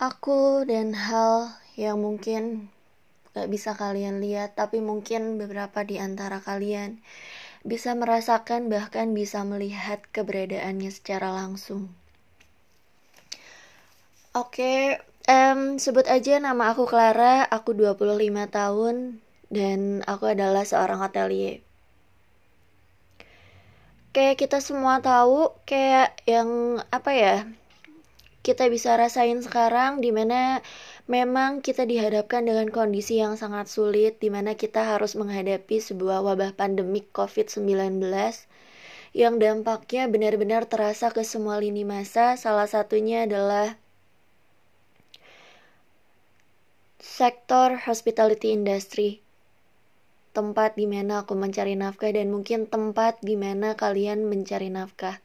Aku dan hal yang mungkin gak bisa kalian lihat, tapi mungkin beberapa di antara kalian bisa merasakan bahkan bisa melihat keberadaannya secara langsung. Oke, sebut aja nama aku Clara, aku 25 tahun, dan aku adalah seorang hotelier. Kayak kita semua tahu, kayak yang apa ya, kita bisa rasain sekarang dimana memang kita dihadapkan dengan kondisi yang sangat sulit, dimana kita harus menghadapi sebuah wabah pandemik COVID-19 yang dampaknya benar-benar terasa ke semua lini masa. Salah satunya adalah sektor hospitality industry, tempat dimana aku mencari nafkah dan mungkin tempat dimana kalian mencari nafkah.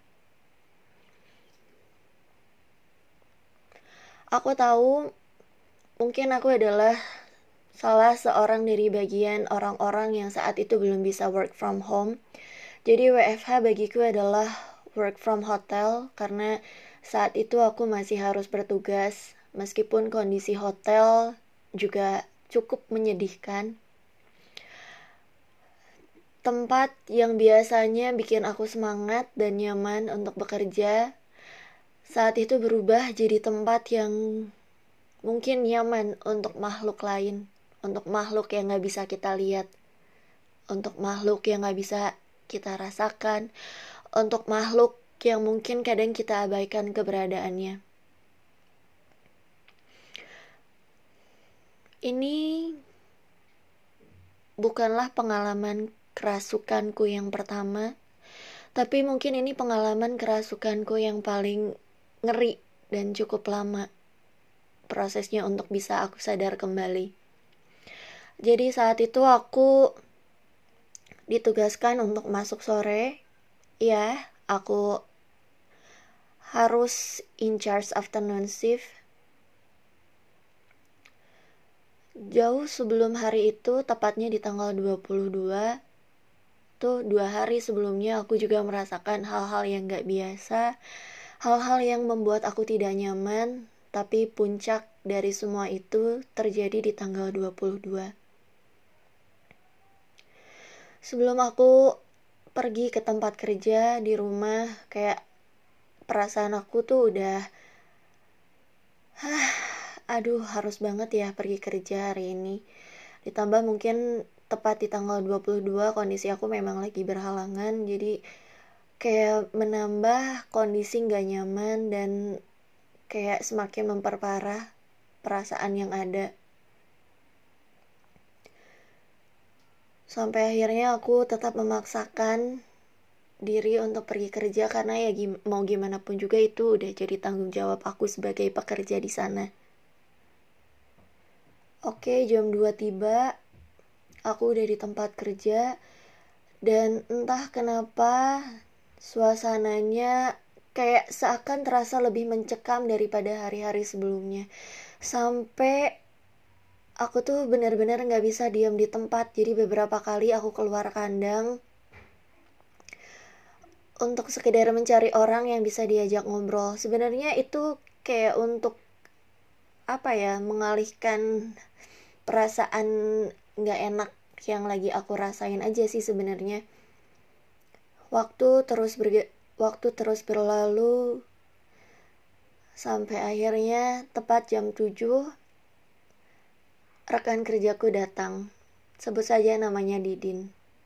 Aku tahu mungkin aku adalah salah seorang dari bagian orang-orang yang saat itu belum bisa work from home. Jadi WFH bagiku adalah work from hotel karena saat itu aku masih harus bertugas meskipun kondisi hotel juga cukup menyedihkan. Tempat yang biasanya bikin aku semangat dan nyaman untuk bekerja saat itu berubah jadi tempat yang mungkin nyaman untuk makhluk lain, untuk makhluk yang gak bisa kita lihat, untuk makhluk yang gak bisa kita rasakan, untuk makhluk yang mungkin kadang kita abaikan keberadaannya. Ini bukanlah pengalaman kerasukanku yang pertama, tapi mungkin ini pengalaman kerasukanku yang paling ngeri dan cukup lama prosesnya untuk bisa aku sadar kembali. Jadi saat itu aku ditugaskan untuk masuk sore. Ya, aku harus in charge afternoon shift. Jauh sebelum hari itu, tepatnya di tanggal 22, tuh 2 hari sebelumnya aku juga merasakan hal-hal yang gak biasa, hal-hal yang membuat aku tidak nyaman, tapi puncak dari semua itu terjadi di tanggal 22. Sebelum aku pergi ke tempat kerja di rumah, kayak perasaan aku tuh udah aduh harus banget ya pergi kerja hari ini. Ditambah mungkin tepat di tanggal 22 kondisi aku memang lagi berhalangan, jadi kayak menambah kondisi gak nyaman dan kayak semakin memperparah perasaan yang ada. Sampai akhirnya aku tetap memaksakan diri untuk pergi kerja karena ya mau gimana pun juga itu udah jadi tanggung jawab aku sebagai pekerja di sana. Oke, jam 2 tiba, aku udah di tempat kerja dan entah kenapa suasananya kayak seakan terasa lebih mencekam daripada hari-hari sebelumnya. Sampai aku tuh benar-benar gak bisa diam di tempat. Jadi beberapa kali aku keluar kandang untuk sekedar mencari orang yang bisa diajak ngobrol. Sebenarnya itu kayak untuk apa ya, mengalihkan perasaan gak enak yang lagi aku rasain aja sih sebenarnya. Waktu terus berlalu sampai akhirnya tepat jam 7 rekan kerjaku datang. Sebut saja namanya Didin.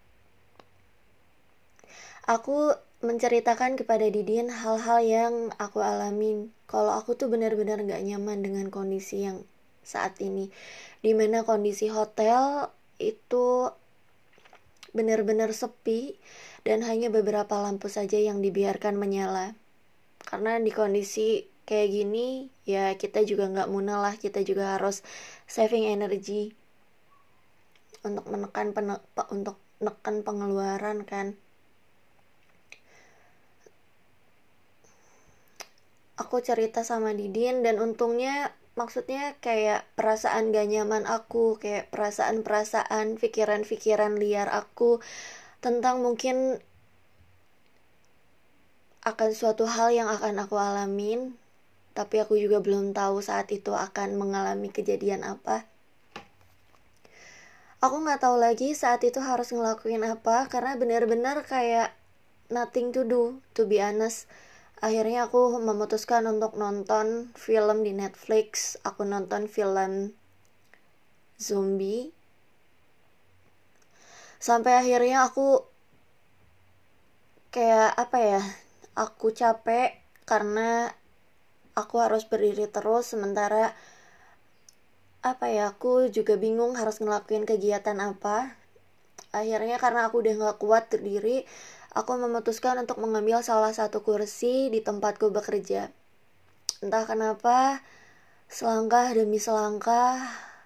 Aku menceritakan kepada Didin hal-hal yang aku alamin. Kalau aku tuh benar-benar gak nyaman dengan kondisi yang saat ini, dimana kondisi hotel itu benar-benar sepi dan hanya beberapa lampu saja yang dibiarkan menyala. Karena di kondisi kayak gini ya kita juga gak munah lah, kita juga harus saving energi untuk menekan pengeluaran kan. Aku cerita sama Didin dan untungnya maksudnya kayak perasaan gak nyaman aku, kayak perasaan-perasaan, pikiran-pikiran liar aku tentang mungkin akan suatu hal yang akan aku alamin tapi aku juga belum tahu saat itu akan mengalami kejadian apa. Aku nggak tahu lagi saat itu harus ngelakuin apa, karena benar-benar kayak nothing to do, to be honest. Akhirnya aku memutuskan untuk nonton film di Netflix. Aku nonton film zombie. Sampai akhirnya aku kayak apa ya, aku capek karena aku harus berdiri terus, sementara apa ya, aku juga bingung harus ngelakuin kegiatan apa. Akhirnya karena aku udah gak kuat berdiri, aku memutuskan untuk mengambil salah satu kursi di tempatku bekerja. Entah kenapa, selangkah demi selangkah,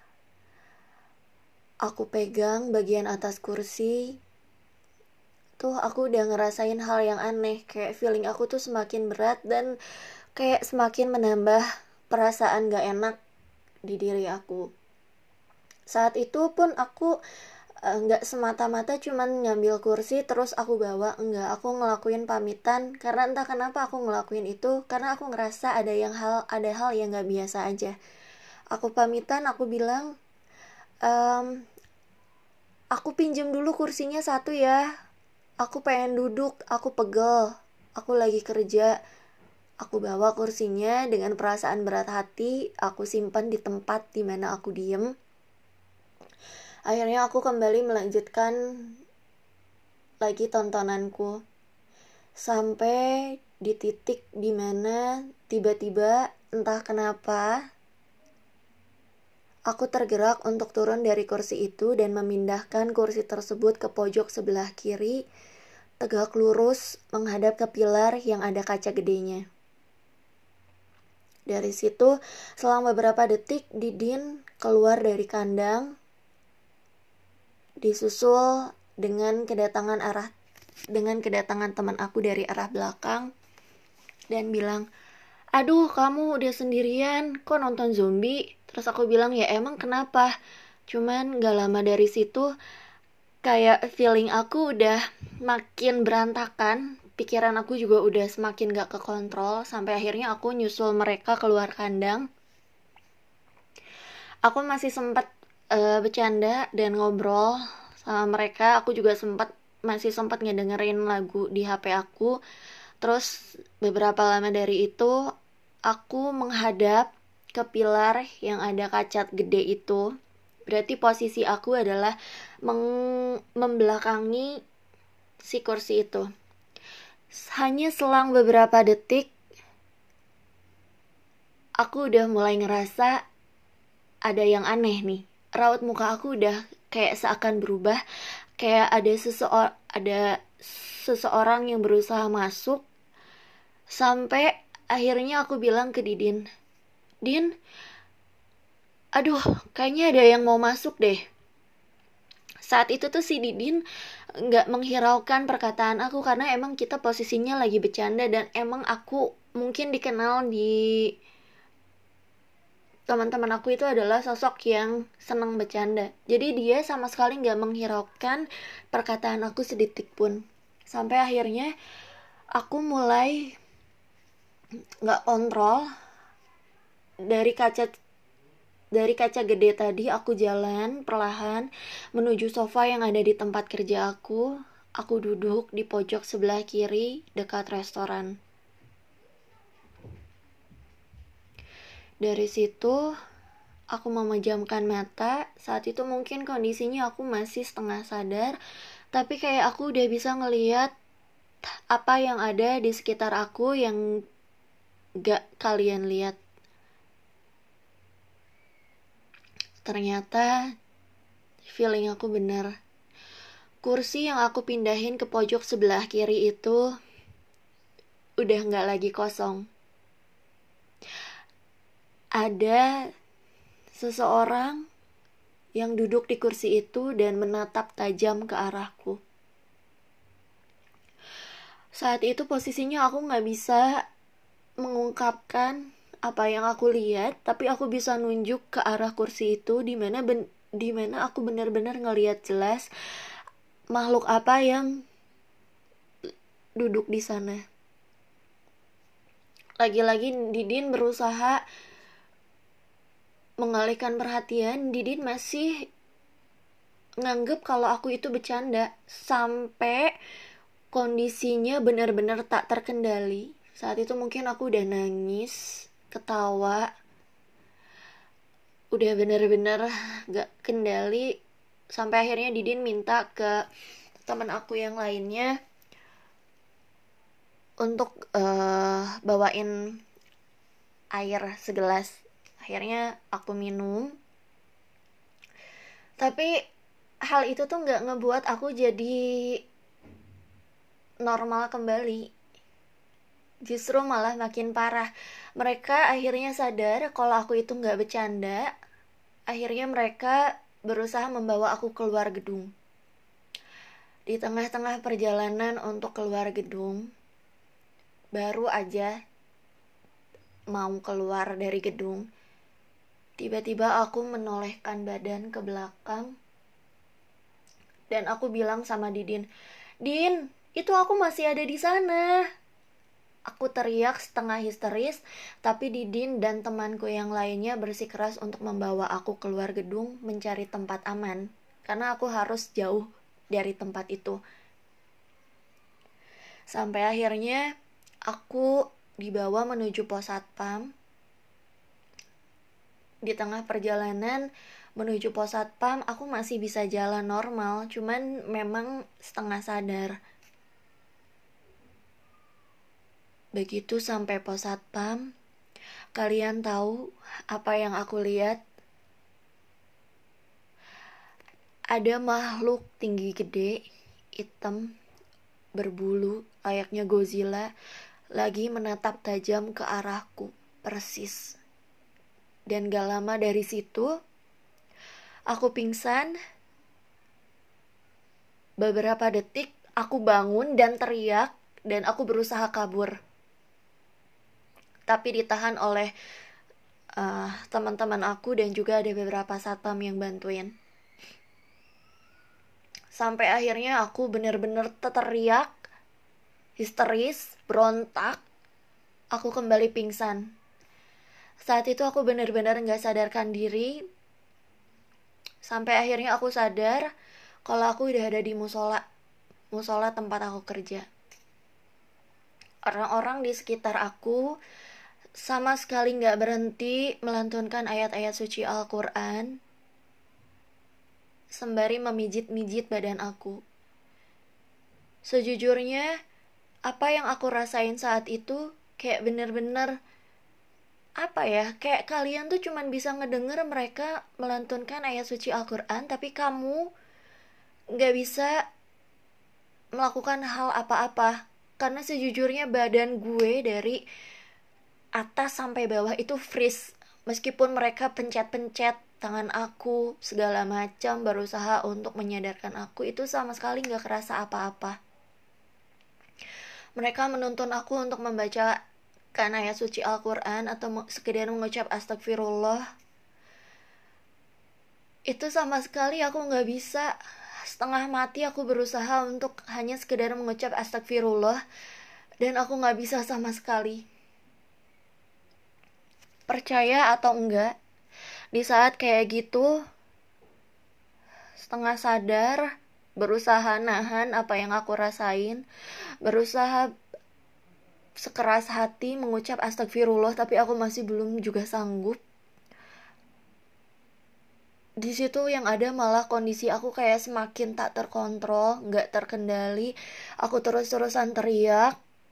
aku pegang bagian atas kursi. Tuh aku udah ngerasain hal yang aneh, kayak feeling aku tuh semakin berat dan kayak semakin menambah perasaan gak enak di diri aku. Saat itu pun aku nggak semata-mata cuman ngambil kursi terus aku bawa, enggak, aku ngelakuin pamitan. Karena entah kenapa aku ngelakuin itu, karena aku ngerasa ada hal yang nggak biasa aja. Aku pamitan, aku bilang, aku pinjem dulu kursinya satu ya, aku pengen duduk, aku pegel, aku lagi kerja. Aku bawa kursinya dengan perasaan berat hati, aku simpan di tempat di mana aku diem. Akhirnya aku kembali melanjutkan lagi tontonanku. Sampai di titik di mana tiba-tiba entah kenapa aku tergerak untuk turun dari kursi itu dan memindahkan kursi tersebut ke pojok sebelah kiri, tegak lurus menghadap ke pilar yang ada kaca gedenya. Dari situ, selang beberapa detik, Didin keluar dari kandang, disusul dengan kedatangan teman aku dari arah belakang, dan bilang, "Aduh, kamu udah sendirian, kok nonton zombie?" Terus aku bilang, "Ya emang kenapa?" Cuman gak lama dari situ, kayak feeling aku udah makin berantakan. Pikiran aku juga udah semakin gak kekontrol, sampai akhirnya aku nyusul mereka keluar kandang. Aku masih sempat bercanda dan ngobrol sama mereka. Aku juga masih sempat ngedengerin lagu di HP aku. Terus beberapa lama dari itu, aku menghadap ke pilar yang ada kaca gede itu. Berarti posisi aku adalah membelakangi si kursi itu. Hanya selang beberapa detik, aku udah mulai ngerasa ada yang aneh nih. Raut muka aku udah kayak seakan berubah, kayak ada seseorang yang berusaha masuk. Sampai akhirnya aku bilang ke Didin, "Din, aduh, kayaknya ada yang mau masuk deh." Saat itu tuh si Didin gak menghiraukan perkataan aku, karena emang kita posisinya lagi bercanda, dan emang aku mungkin dikenal di teman-teman aku itu adalah sosok yang senang bercanda. Jadi dia sama sekali gak menghiraukan perkataan aku sedetik pun. Sampai akhirnya aku mulai gak kontrol. Dari kaca gede tadi aku jalan perlahan menuju sofa yang ada di tempat kerja aku. Aku duduk di pojok sebelah kiri dekat restoran. Dari situ aku memejamkan mata. Saat itu mungkin kondisinya aku masih setengah sadar, tapi kayak aku udah bisa ngelihat apa yang ada di sekitar aku yang gak kalian lihat. Ternyata feeling aku benar. Kursi yang aku pindahin ke pojok sebelah kiri itu udah gak lagi kosong. Ada seseorang yang duduk di kursi itu dan menatap tajam ke arahku. Saat itu posisinya aku gak bisa mengungkapkan apa yang aku lihat, tapi aku bisa nunjuk ke arah kursi itu, di mana aku benar-benar ngelihat jelas makhluk apa yang duduk di sana. Lagi-lagi Didin berusaha mengalihkan perhatian. Didin masih nganggep kalau aku itu bercanda, sampai kondisinya benar-benar tak terkendali. Saat itu mungkin aku udah nangis, ketawa, udah benar-benar gak kendali, sampai akhirnya Didin minta ke teman aku yang lainnya untuk bawain air segelas. Akhirnya aku minum, tapi hal itu tuh gak ngebuat aku jadi normal kembali, justru malah makin parah. Mereka akhirnya sadar kalau aku itu gak bercanda. Akhirnya mereka berusaha membawa aku keluar gedung. Di tengah-tengah perjalanan untuk keluar gedung, baru aja mau keluar dari gedung, tiba-tiba aku menolehkan badan ke belakang dan aku bilang sama Didin, "Din, itu aku masih ada di sana." Aku teriak setengah histeris, tapi Didin dan temanku yang lainnya bersikeras untuk membawa aku keluar gedung mencari tempat aman, karena aku harus jauh dari tempat itu. Sampai akhirnya aku dibawa menuju pos satpam. Di tengah perjalanan menuju pos satpam, aku masih bisa jalan normal, cuman memang setengah sadar. Begitu sampai pos satpam, kalian tahu apa yang aku lihat? Ada makhluk tinggi gede, hitam, berbulu, layaknya Godzilla, lagi menatap tajam ke arahku, persis. Dan gak lama dari situ, aku pingsan. Beberapa detik, aku bangun dan teriak, dan aku berusaha kabur. Tapi ditahan oleh teman-teman aku dan juga ada beberapa satpam yang bantuin. Sampai akhirnya aku benar-benar teriak, histeris, berontak. Aku kembali pingsan. Saat itu aku benar-benar gak sadarkan diri. Sampai akhirnya aku sadar kalau aku udah ada di musola tempat aku kerja. Orang-orang di sekitar aku sama sekali gak berhenti melantunkan ayat-ayat suci Al-Quran sembari memijit-mijit badan aku. Sejujurnya, apa yang aku rasain saat itu kayak bener-bener kayak kalian tuh cuman bisa ngedenger mereka melantunkan ayat suci Al-Quran, tapi kamu gak bisa melakukan hal apa-apa. Karena sejujurnya badan gue dari atas sampai bawah itu freeze. Meskipun mereka pencet-pencet tangan aku segala macam berusaha untuk menyadarkan aku, itu sama sekali gak kerasa apa-apa. Mereka menuntun aku untuk membaca ayat suci Al-Quran atau sekedar mengucap astagfirullah. Itu sama sekali aku gak bisa. Setengah mati aku berusaha untuk hanya sekedar mengucap astagfirullah, dan aku gak bisa sama sekali. Percaya atau enggak, di saat kayak gitu, setengah sadar, berusaha nahan apa yang aku rasain, berusaha sekeras hati mengucap astagfirullah, tapi aku masih belum juga sanggup. Di situ yang ada malah kondisi aku kayak semakin tak terkontrol, gak terkendali. Aku terus-terusan teriak,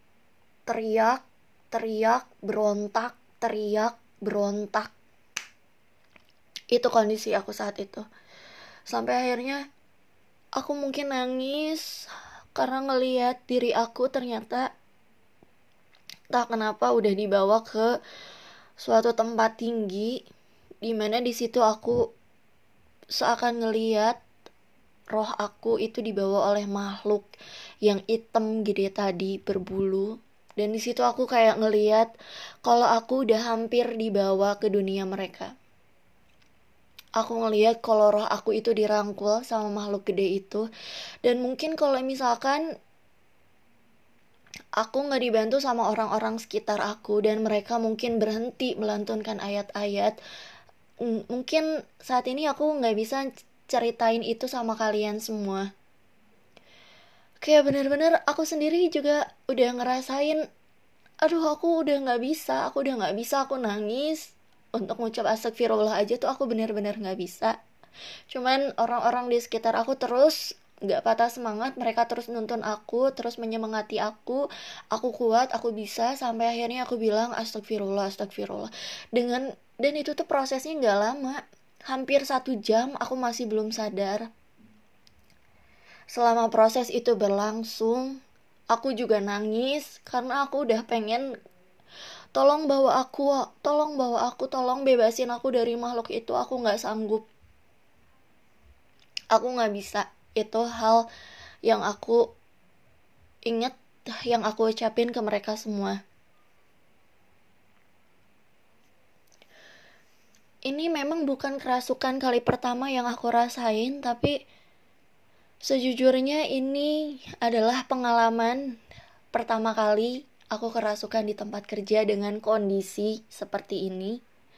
berontak, teriak, berontak. Itu kondisi aku saat itu. Sampai akhirnya aku mungkin nangis karena ngelihat diri aku ternyata tak kenapa udah dibawa ke suatu tempat tinggi, dimana di situ aku seakan ngelihat roh aku itu dibawa oleh makhluk yang hitam gede tadi, berbulu. Dan di situ aku kayak ngelihat kalau aku udah hampir dibawa ke dunia mereka. Aku ngelihat kalau roh aku itu dirangkul sama makhluk gede itu. Dan mungkin kalau misalkan aku nggak dibantu sama orang-orang sekitar aku, dan mereka mungkin berhenti melantunkan ayat-ayat. Mungkin saat ini aku nggak bisa ceritain itu sama kalian semua. Kayak bener-bener aku sendiri juga udah ngerasain, aduh aku udah nggak bisa, aku nangis untuk ngucap astagfirullah aja tuh aku bener-bener nggak bisa. Cuman orang-orang di sekitar aku terus nggak patah semangat, mereka terus nuntun aku, terus menyemangati aku kuat, aku bisa, sampai akhirnya aku bilang astagfirullah, astagfirullah. Dan itu tuh prosesnya nggak lama, hampir 1 jam aku masih belum sadar. Selama proses itu berlangsung, aku juga nangis karena aku udah pengen, tolong bawa aku, tolong bawa aku, tolong bebasin aku dari makhluk itu, aku nggak sanggup, aku nggak bisa. Itu hal yang aku inget, yang aku ucapin ke mereka semua. Ini memang bukan kerasukan kali pertama yang aku rasain, tapi sejujurnya ini adalah pengalaman pertama kali aku kerasukan di tempat kerja dengan kondisi seperti ini.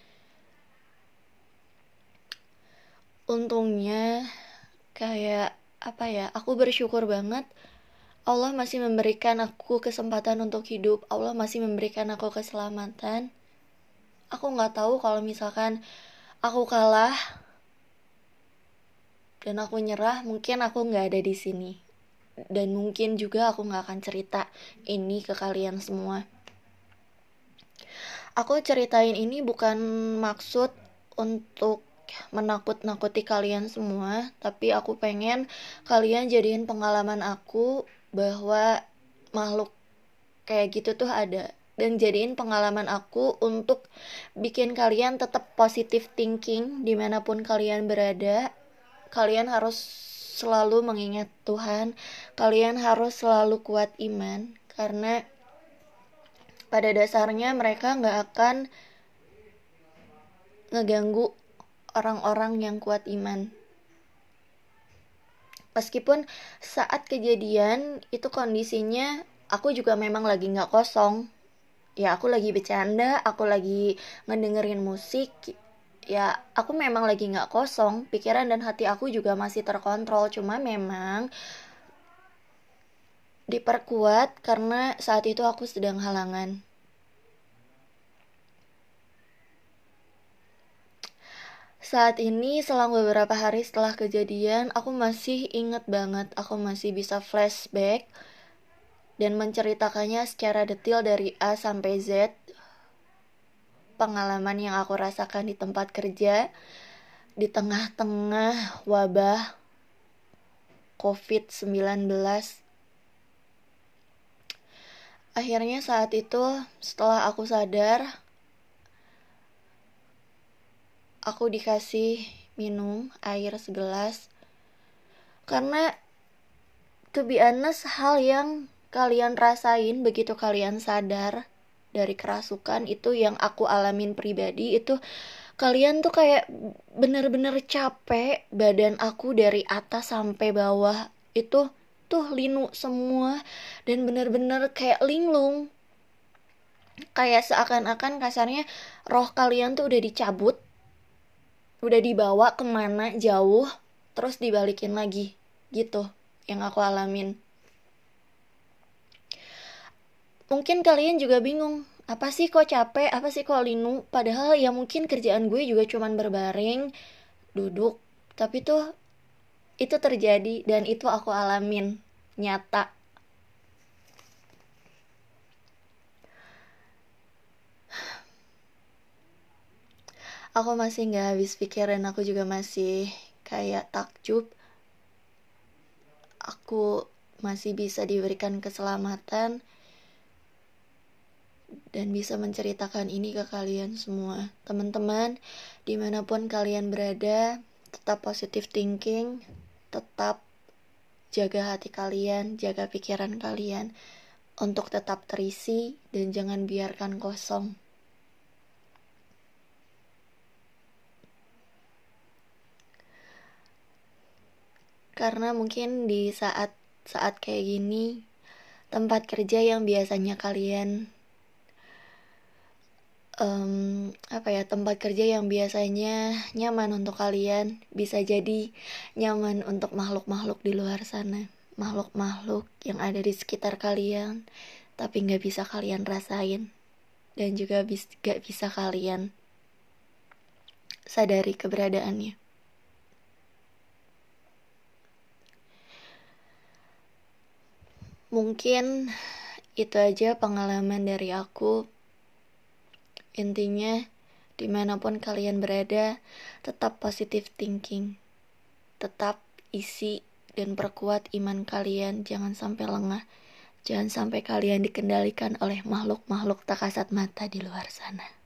Untungnya, kayak apa ya, aku bersyukur banget Allah masih memberikan aku kesempatan untuk hidup, Allah masih memberikan aku keselamatan. Aku nggak tahu kalau misalkan aku kalah dan aku nyerah, mungkin aku nggak ada di sini, dan mungkin juga aku nggak akan cerita ini ke kalian semua. Aku ceritain ini bukan maksud untuk menakut-nakuti kalian semua, tapi aku pengen kalian jadiin pengalaman aku bahwa makhluk kayak gitu tuh ada, dan jadiin pengalaman aku untuk bikin kalian tetap positive thinking dimanapun kalian berada. Kalian harus selalu mengingat Tuhan, kalian harus selalu kuat iman, karena pada dasarnya mereka gak akan ngeganggu orang-orang yang kuat iman. Meskipun saat kejadian itu kondisinya aku juga memang lagi gak kosong. Ya aku lagi bercanda, aku lagi ngedengerin musik. Ya aku memang lagi gak kosong, pikiran dan hati aku juga masih terkontrol. Cuma memang diperkuat karena saat itu aku sedang halangan. Saat ini selang beberapa hari setelah kejadian, aku masih inget banget, aku masih bisa flashback dan menceritakannya secara detail dari A sampai Z. Pengalaman yang aku rasakan di tempat kerja di tengah-tengah wabah COVID-19. Akhirnya saat itu setelah aku sadar, aku dikasih minum air segelas. Karena to be honest, hal yang kalian rasain begitu kalian sadar dari kerasukan itu yang aku alamin pribadi, itu kalian tuh kayak bener-bener capek. Badan aku dari atas sampai bawah itu tuh linu semua, dan bener-bener kayak linglung. Kayak seakan-akan kasarnya roh kalian tuh udah dicabut, udah dibawa kemana jauh, terus dibalikin lagi gitu yang aku alamin. Mungkin kalian juga bingung, apa sih kok capek, apa sih kok linu, padahal ya mungkin kerjaan gue juga cuman berbaring, duduk. Tapi tuh itu terjadi dan itu aku alamin nyata. Aku masih gak habis pikir dan aku juga masih kayak takjub. Aku masih bisa diberikan keselamatan dan bisa menceritakan ini ke kalian semua. Teman-teman, dimanapun kalian berada, tetap positive thinking, tetap jaga hati kalian, jaga pikiran kalian untuk tetap terisi dan jangan biarkan kosong. Karena mungkin di saat kayak gini, tempat kerja yang biasanya kalian tempat kerja yang biasanya nyaman untuk kalian bisa jadi nyaman untuk makhluk-makhluk di luar sana, makhluk-makhluk yang ada di sekitar kalian tapi gak bisa kalian rasain dan juga gak bisa kalian sadari keberadaannya. Mungkin itu aja pengalaman dari aku. Intinya, dimanapun kalian berada, tetap positive thinking. Tetap isi dan perkuat iman kalian, jangan sampai lengah. Jangan sampai kalian dikendalikan oleh makhluk-makhluk tak kasat mata di luar sana.